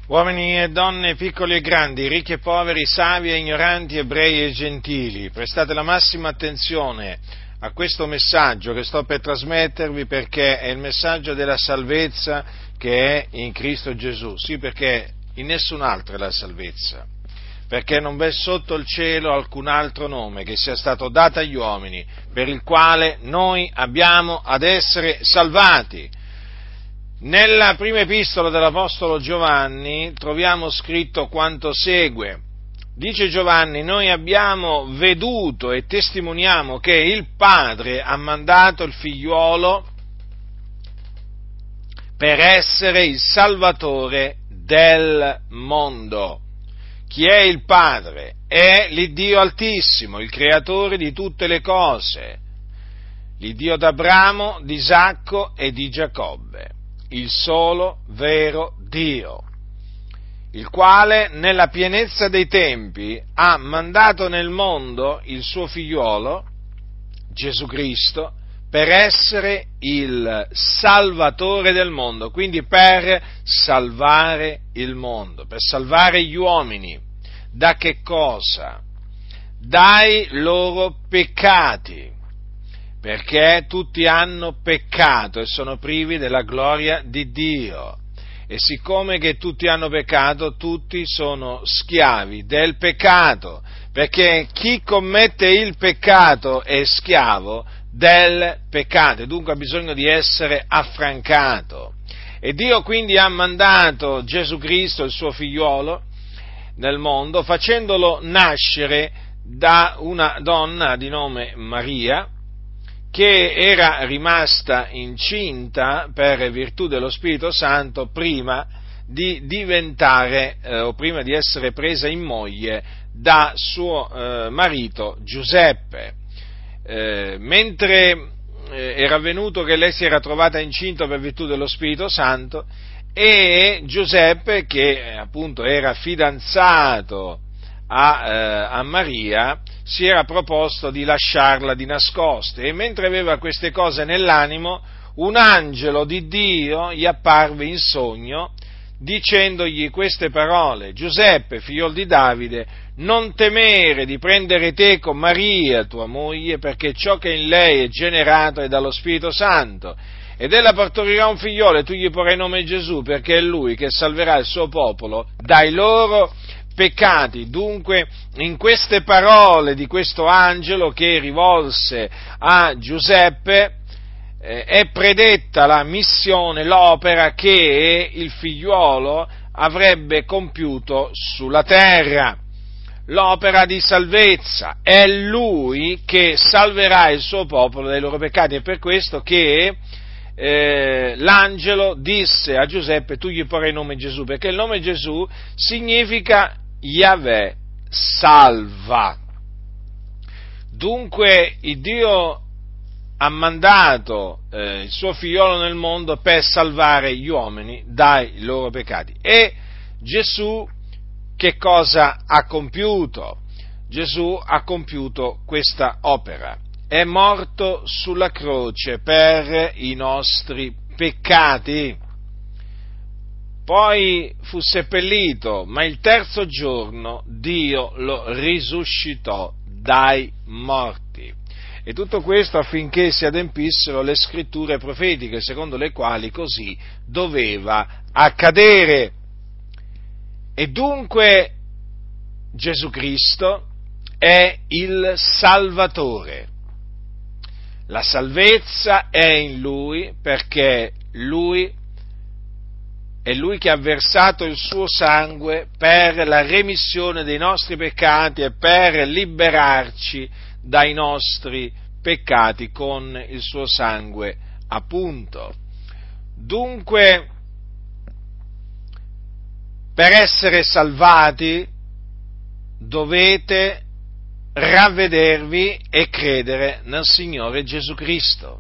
Uomini e donne, piccoli e grandi, ricchi e poveri, savi e ignoranti, ebrei e gentili, prestate la massima attenzione a questo messaggio che sto per trasmettervi, perché è il messaggio della salvezza che è in Cristo Gesù. Sì, perché in nessun altro è la salvezza, perché non v'è sotto il cielo alcun altro nome che sia stato dato agli uomini per il quale noi abbiamo ad essere salvati. Nella prima epistola dell'Apostolo Giovanni troviamo scritto quanto segue. Dice Giovanni: noi abbiamo veduto e testimoniamo che il Padre ha mandato il Figliuolo per essere il Salvatore del mondo. Chi è il Padre? È l'Iddio Altissimo, il Creatore di tutte le cose, l'Iddio d'Abramo, di Isacco e di Giacobbe, il solo vero Dio, il quale nella pienezza dei tempi ha mandato nel mondo il suo figliuolo, Gesù Cristo, per essere il Salvatore del mondo, quindi per salvare il mondo, per salvare gli uomini. Da che cosa? Dai loro peccati, perché tutti hanno peccato e sono privi della gloria di Dio. E siccome che tutti hanno peccato, tutti sono schiavi del peccato, perché chi commette il peccato è schiavo del peccato e dunque ha bisogno di essere affrancato. E Dio quindi ha mandato Gesù Cristo, il suo figliuolo, nel mondo, facendolo nascere da una donna di nome Maria, che era rimasta incinta per virtù dello Spirito Santo prima di diventare o prima di essere presa in moglie da suo marito Giuseppe. Mentre era avvenuto che lei si era trovata incinta per virtù dello Spirito Santo, e Giuseppe, che appunto era fidanzato a Maria, si era proposto di lasciarla di nascosto, e mentre aveva queste cose nell'animo, un angelo di Dio gli apparve in sogno dicendogli queste parole: Giuseppe, figliol di Davide, non temere di prendere teco Maria, tua moglie, perché ciò che in lei è generato è dallo Spirito Santo, ed ella partorirà un figliolo e tu gli porrai nome Gesù, perché è lui che salverà il suo popolo dai loro peccati. Dunque, in queste parole di questo angelo che rivolse a Giuseppe è predetta la missione, l'opera che il figliuolo avrebbe compiuto sulla terra, l'opera di salvezza. È lui che salverà il suo popolo dai loro peccati. È per questo che l'angelo disse a Giuseppe: tu gli porrai il nome Gesù, perché il nome Gesù significa Yahweh salva. Dunque il Dio ha mandato il suo figliolo nel mondo per salvare gli uomini dai loro peccati. E Gesù che cosa ha compiuto? Gesù ha compiuto questa opera. È morto sulla croce per i nostri peccati. Poi fu seppellito, ma il terzo giorno Dio lo risuscitò dai morti. E tutto questo affinché si adempissero le scritture profetiche, secondo le quali così doveva accadere. E dunque Gesù Cristo è il Salvatore. La salvezza è in Lui, perché è Lui che ha versato il suo sangue per la remissione dei nostri peccati e per liberarci dai nostri peccati con il suo sangue, appunto. Dunque, per essere salvati dovete ravvedervi e credere nel Signore Gesù Cristo.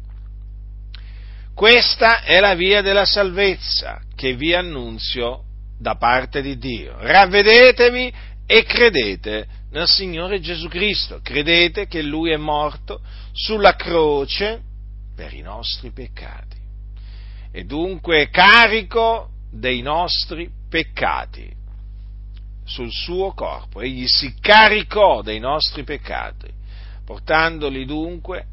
Questa è la via della salvezza che vi annunzio da parte di Dio. Ravvedetevi e credete nel Signore Gesù Cristo. Credete che Lui è morto sulla croce per i nostri peccati e dunque carico dei nostri peccati sul suo corpo, egli si caricò dei nostri peccati, portandoli dunque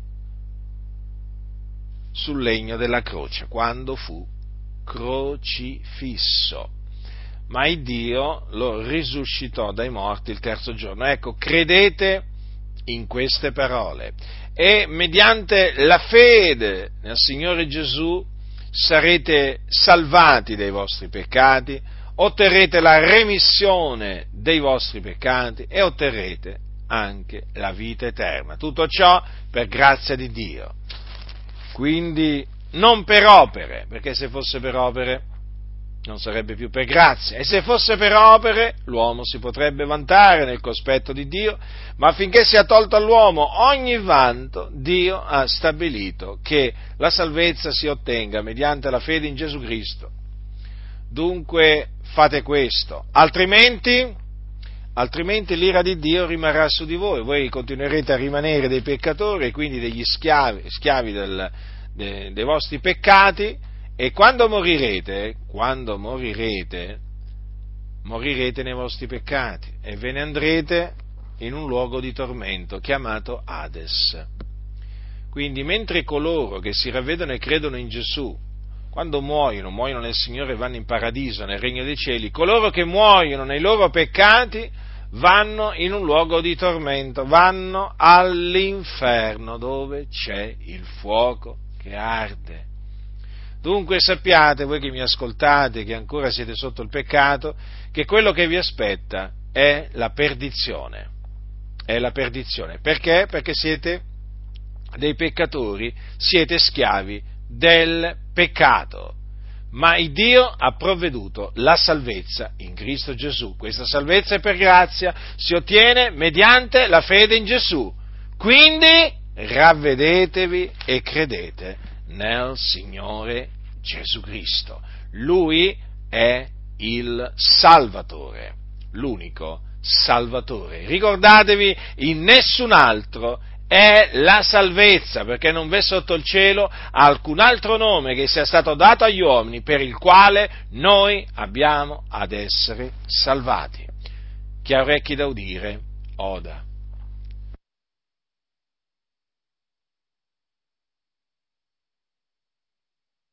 sul legno della croce, quando fu crocifisso. Ma il Dio lo risuscitò dai morti il terzo giorno. Ecco, credete in queste parole e mediante la fede nel Signore Gesù sarete salvati dai vostri peccati, otterrete la remissione dei vostri peccati e otterrete anche la vita eterna. Tutto ciò per grazia di Dio. Quindi non per opere, perché se fosse per opere non sarebbe più per grazia, e se fosse per opere l'uomo si potrebbe vantare nel cospetto di Dio, ma affinché sia tolto all'uomo ogni vanto, Dio ha stabilito che la salvezza si ottenga mediante la fede in Gesù Cristo. Dunque fate questo, altrimenti l'ira di Dio rimarrà su di voi continuerete a rimanere dei peccatori e quindi degli schiavi dei vostri peccati, e quando morirete nei vostri peccati e ve ne andrete in un luogo di tormento chiamato Hades. Quindi mentre coloro che si ravvedono e credono in Gesù, quando muoiono nel Signore e vanno in paradiso, nel regno dei cieli, coloro che muoiono nei loro peccati vanno in un luogo di tormento, vanno all'inferno dove c'è il fuoco che arde. Dunque sappiate, voi che mi ascoltate, che ancora siete sotto il peccato, che quello che vi aspetta è la perdizione. È la perdizione. Perché? Perché siete dei peccatori, siete schiavi del peccato. Ma il Dio ha provveduto la salvezza in Cristo Gesù. Questa salvezza è per grazia, si ottiene mediante la fede in Gesù. Quindi ravvedetevi e credete nel Signore Gesù Cristo. Lui è il Salvatore, l'unico Salvatore. Ricordatevi, in nessun altro è la salvezza, perché non v'è sotto il cielo alcun altro nome che sia stato dato agli uomini per il quale noi abbiamo ad essere salvati. Chi ha orecchi da udire, oda.